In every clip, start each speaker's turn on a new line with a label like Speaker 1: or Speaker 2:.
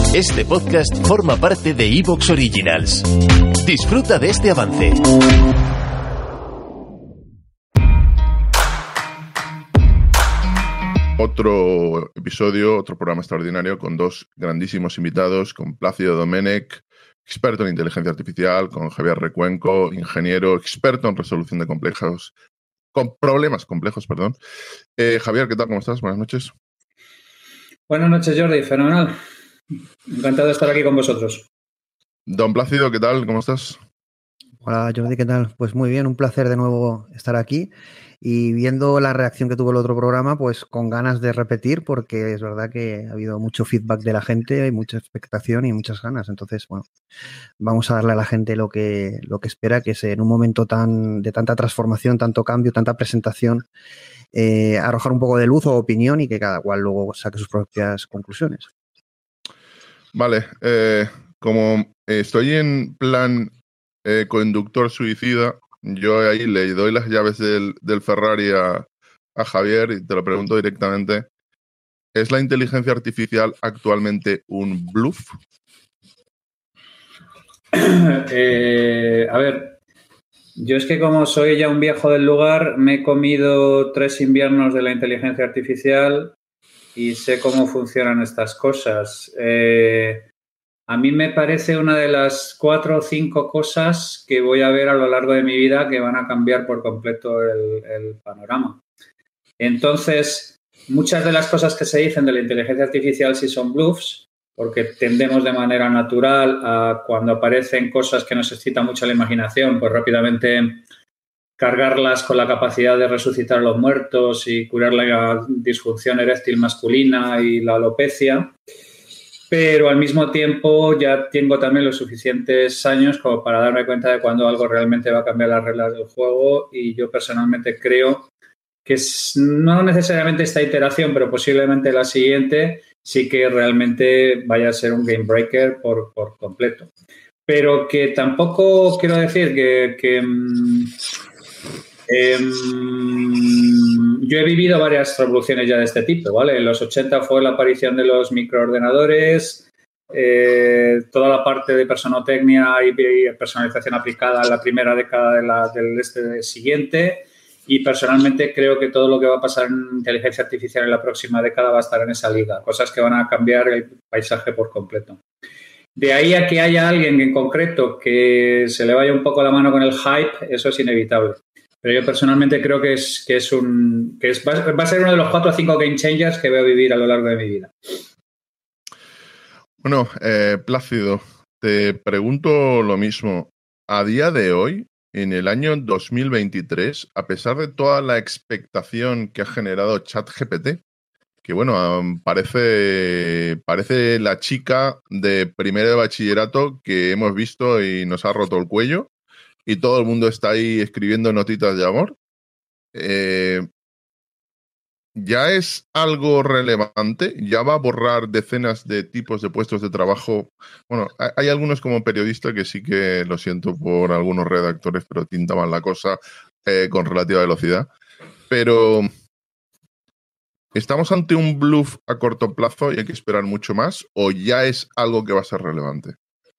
Speaker 1: Este podcast forma parte de Evox Originals. Disfruta de este avance.
Speaker 2: Otro episodio, otro programa extraordinario con dos grandísimos invitados, con Plácido Domenech, experto en inteligencia artificial, con Javier Recuenco, ingeniero, experto en resolución de problemas complejos. Javier, ¿qué tal? ¿Cómo estás? Buenas noches.
Speaker 3: Buenas noches, Jordi. Fenomenal. Encantado de estar aquí con vosotros.
Speaker 2: Don Plácido, ¿qué tal? ¿Cómo estás?
Speaker 4: Hola, Jordi, ¿qué tal? Pues muy bien, un placer de nuevo estar aquí y viendo la reacción que tuvo el otro programa, pues con ganas de repetir, porque es verdad que ha habido mucho feedback de la gente, hay mucha expectación y muchas ganas. Entonces, bueno, vamos a darle a la gente lo que espera, que es en un momento de tanta transformación, tanto cambio, tanta presentación, arrojar un poco de luz o opinión y que cada cual luego saque sus propias conclusiones.
Speaker 2: Vale, como estoy en plan conductor suicida, yo ahí le doy las llaves del Ferrari a Javier y te lo pregunto directamente. ¿Es la inteligencia artificial actualmente un bluff?
Speaker 3: A ver, yo es que como soy ya un viejo del lugar, me he comido 3 inviernos de la inteligencia artificial y sé cómo funcionan estas cosas. A mí me parece una de las 4 o 5 cosas que voy a ver a lo largo de mi vida que van a cambiar por completo el panorama. Entonces, muchas de las cosas que se dicen de la inteligencia artificial sí son bluffs, porque tendemos de manera natural a, cuando aparecen cosas que nos excitan mucho la imaginación, pues rápidamente cargarlas con la capacidad de resucitar a los muertos y curar la disfunción eréctil masculina y la alopecia. Pero al mismo tiempo ya tengo también los suficientes años como para darme cuenta de cuando algo realmente va a cambiar las reglas del juego, y yo personalmente creo que no necesariamente esta iteración, pero posiblemente la siguiente sí que realmente vaya a ser un game breaker por completo. Pero que tampoco quiero decir que yo he vivido varias revoluciones ya de este tipo, ¿vale? En los 80 fue la aparición de los microordenadores, toda la parte de personotecnia y personalización aplicada en la primera década del siguiente, y personalmente creo que todo lo que va a pasar en inteligencia artificial en la próxima década va a estar en esa liga, cosas que van a cambiar el paisaje por completo. De ahí a que haya alguien en concreto que se le vaya un poco la mano con el hype, eso es inevitable. Pero yo personalmente creo que va a ser uno de los 4 o 5 game changers que voy a vivir a lo largo de mi vida.
Speaker 2: Bueno, Plácido, te pregunto lo mismo. A día de hoy, en el año 2023, a pesar de toda la expectación que ha generado ChatGPT, que bueno, parece la chica de primero de bachillerato que hemos visto y nos ha roto el cuello, y todo el mundo está ahí escribiendo notitas de amor, ¿ya es algo relevante? ¿Ya va a borrar decenas de tipos de puestos de trabajo? Bueno, hay algunos como periodista que sí que lo siento por algunos redactores, pero tintaban la cosa con relativa velocidad. Pero ¿estamos ante un bluff a corto plazo y hay que esperar mucho más? ¿O ya es algo que va a ser relevante?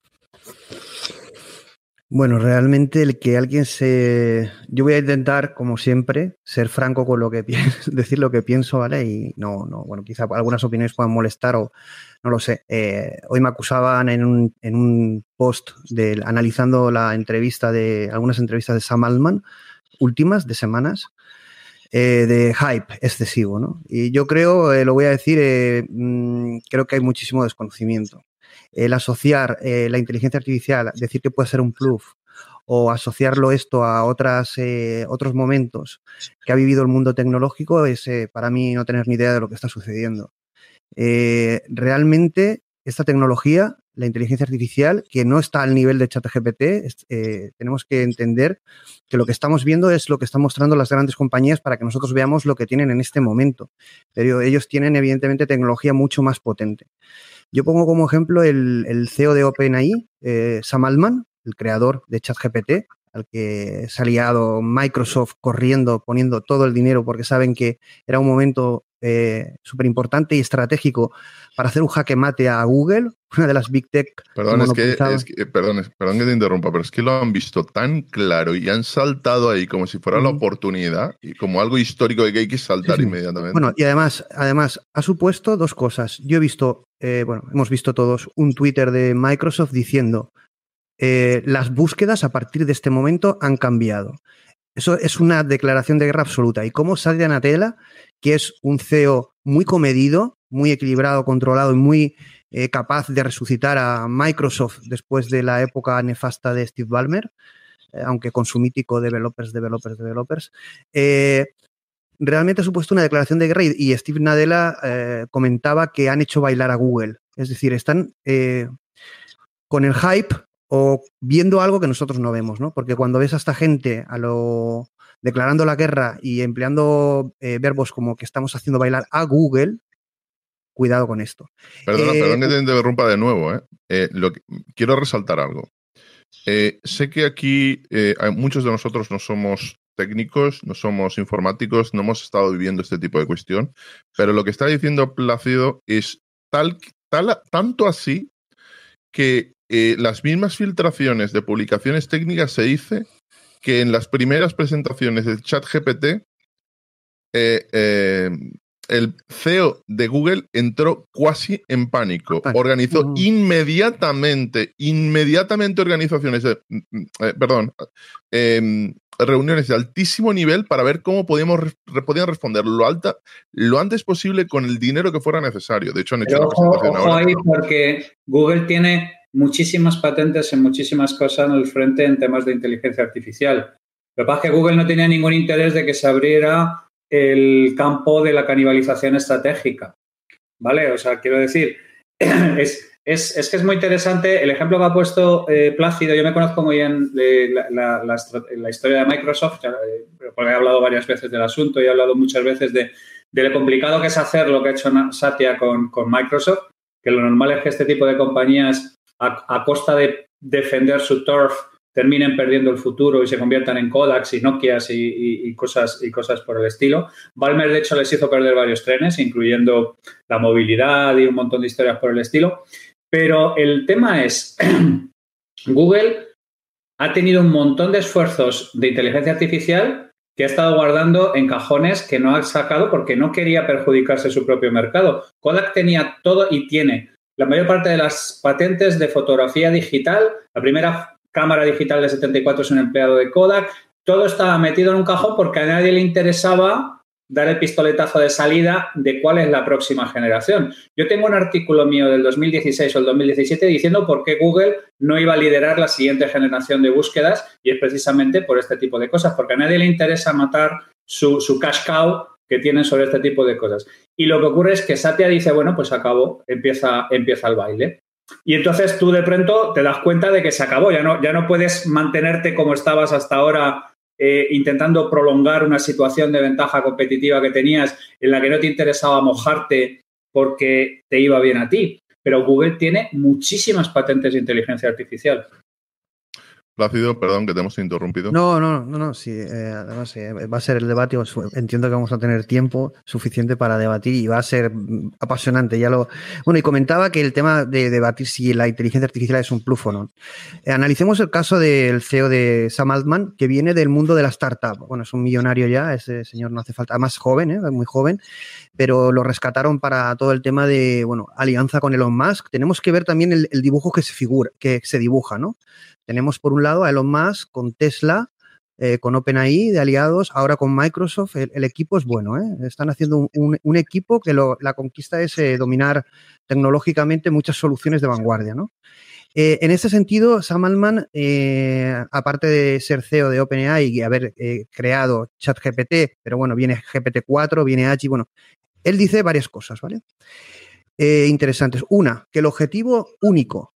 Speaker 4: Bueno, realmente yo voy a intentar, como siempre, ser franco con lo que pienso, decir lo que pienso, ¿vale? Y bueno, quizá algunas opiniones puedan molestar o no lo sé. Hoy me acusaban en un post analizando algunas entrevistas de Sam Altman, últimas de semanas, de hype excesivo, ¿no? Y yo creo, lo voy a decir, creo que hay muchísimo desconocimiento. El asociar la inteligencia artificial, decir que puede ser un bluff, o asociarlo esto a otros momentos que ha vivido el mundo tecnológico, es para mí no tener ni idea de lo que está sucediendo. Realmente esta tecnología, la inteligencia artificial, que no está al nivel de ChatGPT, tenemos que entender que lo que estamos viendo es lo que están mostrando las grandes compañías para que nosotros veamos lo que tienen en este momento. Pero ellos tienen evidentemente tecnología mucho más potente. Yo pongo como ejemplo el CEO de OpenAI, Sam Altman, el creador de ChatGPT, al que se ha liado Microsoft corriendo, poniendo todo el dinero porque saben que era un momento súper importante y estratégico para hacer un jaque mate a Google, una de las Big Tech.
Speaker 2: Perdón, perdón que te interrumpa, pero es que lo han visto tan claro y han saltado ahí como si fuera la oportunidad y como algo histórico que hay que saltar inmediatamente.
Speaker 4: Bueno, y además ha supuesto dos cosas. Yo he visto, hemos visto todos un Twitter de Microsoft diciendo las búsquedas a partir de este momento han cambiado. Eso es una declaración de guerra absoluta. Y cómo Satya Nadella, que es un CEO muy comedido, muy equilibrado, controlado y muy capaz de resucitar a Microsoft después de la época nefasta de Steve Ballmer, aunque con su mítico developers, realmente ha supuesto una declaración de guerra y Steve Nadella comentaba que han hecho bailar a Google. Es decir, están con el hype o viendo algo que nosotros no vemos, ¿no? Porque cuando ves a esta gente declarando la guerra y empleando verbos como que estamos haciendo bailar a Google, cuidado con esto.
Speaker 2: Perdón que te interrumpa de nuevo, quiero resaltar algo. Sé que aquí muchos de nosotros no somos técnicos, no somos informáticos, no hemos estado viviendo este tipo de cuestión, pero lo que está diciendo Plácido es tanto así que las mismas filtraciones de publicaciones técnicas se dice que en las primeras presentaciones del ChatGPT el CEO de Google entró casi en pánico. Organizó inmediatamente organizaciones, reuniones de altísimo nivel para ver cómo podían responder lo antes posible con el dinero que fuera necesario. De hecho, han hecho una presentación
Speaker 3: ahora. Ojo ahí, porque Google tiene muchísimas patentes en muchísimas cosas en el frente en temas de inteligencia artificial. Lo que pasa es que Google no tenía ningún interés de que se abriera el campo de la canibalización estratégica, ¿vale? O sea, quiero decir, es que es muy interesante el ejemplo que ha puesto Plácido. Yo me conozco muy bien la historia de Microsoft, porque he hablado varias veces del asunto y he hablado muchas veces de lo complicado que es hacer lo que ha hecho Satya con Microsoft, que lo normal es que este tipo de compañías, a costa de defender su turf, terminen perdiendo el futuro y se conviertan en Kodaks y Nokias y cosas por el estilo. Ballmer, de hecho, les hizo perder varios trenes, incluyendo la movilidad y un montón de historias por el estilo. Pero el tema es, Google ha tenido un montón de esfuerzos de inteligencia artificial que ha estado guardando en cajones que no ha sacado porque no quería perjudicarse su propio mercado. Kodak tenía todo y tiene la mayor parte de las patentes de fotografía digital. La primera cámara digital de 74 es un empleado de Kodak. Todo estaba metido en un cajón porque a nadie le interesaba dar el pistoletazo de salida de cuál es la próxima generación. Yo tengo un artículo mío del 2016 o el 2017 diciendo por qué Google no iba a liderar la siguiente generación de búsquedas, y es precisamente por este tipo de cosas, porque a nadie le interesa matar su cash cow que tienen sobre este tipo de cosas. Y lo que ocurre es que Satya dice, bueno, pues acabó, empieza el baile. Y entonces tú de pronto te das cuenta de que se acabó, ya no puedes mantenerte como estabas hasta ahora intentando prolongar una situación de ventaja competitiva que tenías en la que no te interesaba mojarte porque te iba bien a ti. Pero Google tiene muchísimas patentes de inteligencia artificial.
Speaker 2: Plácido, perdón que te hemos interrumpido.
Speaker 4: No, sí, además va a ser el debate, entiendo que vamos a tener tiempo suficiente para debatir y va a ser apasionante. Bueno, y comentaba que el tema de debatir si la inteligencia artificial es un bluff o no. Analicemos el caso del CEO de Sam Altman, que viene del mundo de la startup. Bueno, es un millonario ya, ese señor no hace falta, además joven, muy joven, pero lo rescataron para todo el tema de, alianza con Elon Musk. Tenemos que ver también el dibujo que se dibuja, ¿no? Tenemos por un lado a Elon Musk con Tesla, con OpenAI de aliados, ahora con Microsoft. El equipo es bueno, ¿eh? Están haciendo un equipo que la conquista es dominar tecnológicamente muchas soluciones de vanguardia, ¿no? En ese sentido, Sam Altman, aparte de ser CEO de OpenAI y haber creado ChatGPT, pero bueno, viene GPT-4, viene AGI, él dice varias cosas, ¿vale? Interesantes. Una, que el objetivo único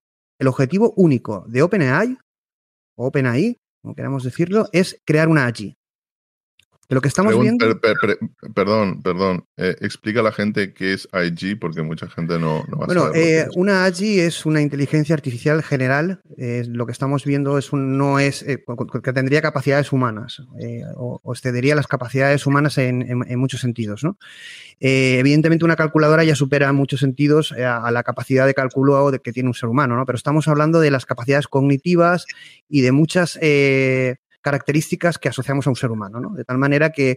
Speaker 4: de OpenAI, o OpenAI, como queramos decirlo, es crear una AGI. Que lo que estamos viendo...
Speaker 2: Perdón. Explica a la gente qué es IG, porque mucha gente no va a saber.
Speaker 4: Bueno, una AGI es una inteligencia artificial general. Lo que estamos viendo que tendría capacidades humanas o excedería las capacidades humanas en muchos sentidos, ¿no? Evidentemente, una calculadora ya supera en muchos sentidos a la capacidad de cálculo que tiene un ser humano, ¿no? Pero estamos hablando de las capacidades cognitivas y de muchas características que asociamos a un ser humano, ¿no? De tal manera que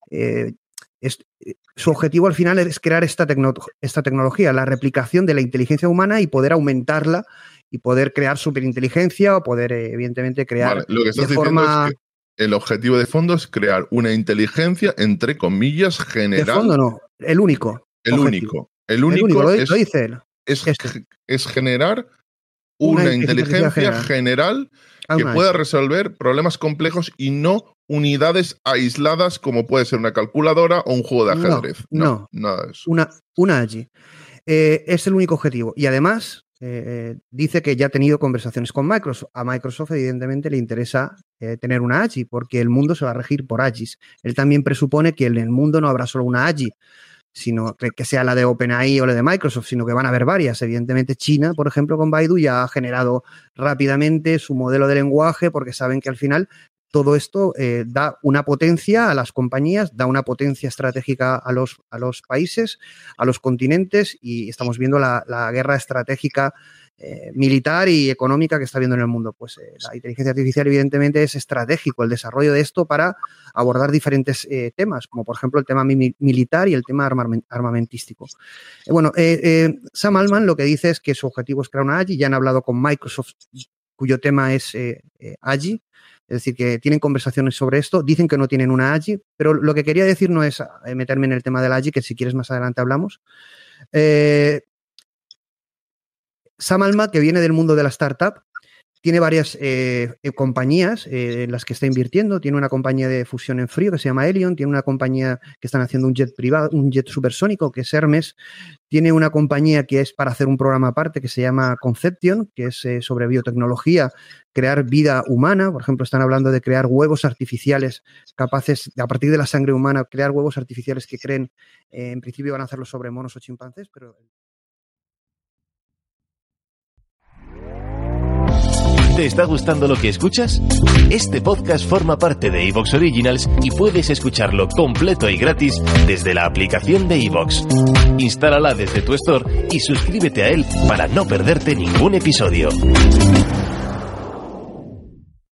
Speaker 4: su objetivo al final es crear esta tecnología, la replicación de la inteligencia humana y poder aumentarla y poder crear superinteligencia o poder, evidentemente, crear
Speaker 2: lo que estás diciendo es que el objetivo de fondo es crear una inteligencia, entre comillas, general.
Speaker 4: De fondo no, el único.
Speaker 2: El único
Speaker 4: lo dice él.
Speaker 2: Es generar una inteligencia general que pueda resolver problemas complejos y no unidades aisladas como puede ser una calculadora o un juego de ajedrez. No, nada de eso.
Speaker 4: Una AGI. Es el único objetivo. Y además dice que ya ha tenido conversaciones con Microsoft. A Microsoft, evidentemente, le interesa tener una AGI porque el mundo se va a regir por AGIs. Él también presupone que en el mundo no habrá solo una AGI, sino que sea la de OpenAI o la de Microsoft, sino que van a haber varias. Evidentemente, China, por ejemplo, con Baidu ya ha generado rápidamente su modelo de lenguaje porque saben que al final todo esto da una potencia a las compañías, da una potencia estratégica a los países, a los continentes, y estamos viendo la guerra estratégica militar y económica que está viendo en el mundo. Pues la inteligencia artificial, evidentemente, es estratégico el desarrollo de esto para abordar diferentes temas, como por ejemplo el tema militar y el tema armamentístico. Sam Altman lo que dice es que su objetivo es crear una AGI. Ya han hablado con Microsoft, cuyo tema es AGI. Es decir, que tienen conversaciones sobre esto, dicen que no tienen una AGI, pero lo que quería decir no es meterme en el tema de la AGI, que si quieres más adelante hablamos. Sam Altman, que viene del mundo de la startup, tiene varias compañías en las que está invirtiendo. Tiene una compañía de fusión en frío que se llama Helion, tiene una compañía que están haciendo un jet privado, un jet supersónico que es Hermes, tiene una compañía que es para hacer un programa aparte que se llama Conception, que es sobre biotecnología, crear vida humana. Por ejemplo, están hablando de crear huevos artificiales capaces, a partir de la sangre humana, crear huevos artificiales que creen, en principio van a hacerlo sobre monos o chimpancés, pero...
Speaker 1: ¿Te está gustando lo que escuchas? Este podcast forma parte de iVoox Originals y puedes escucharlo completo y gratis desde la aplicación de iVoox. Instálala desde tu store y suscríbete a él para no perderte ningún episodio.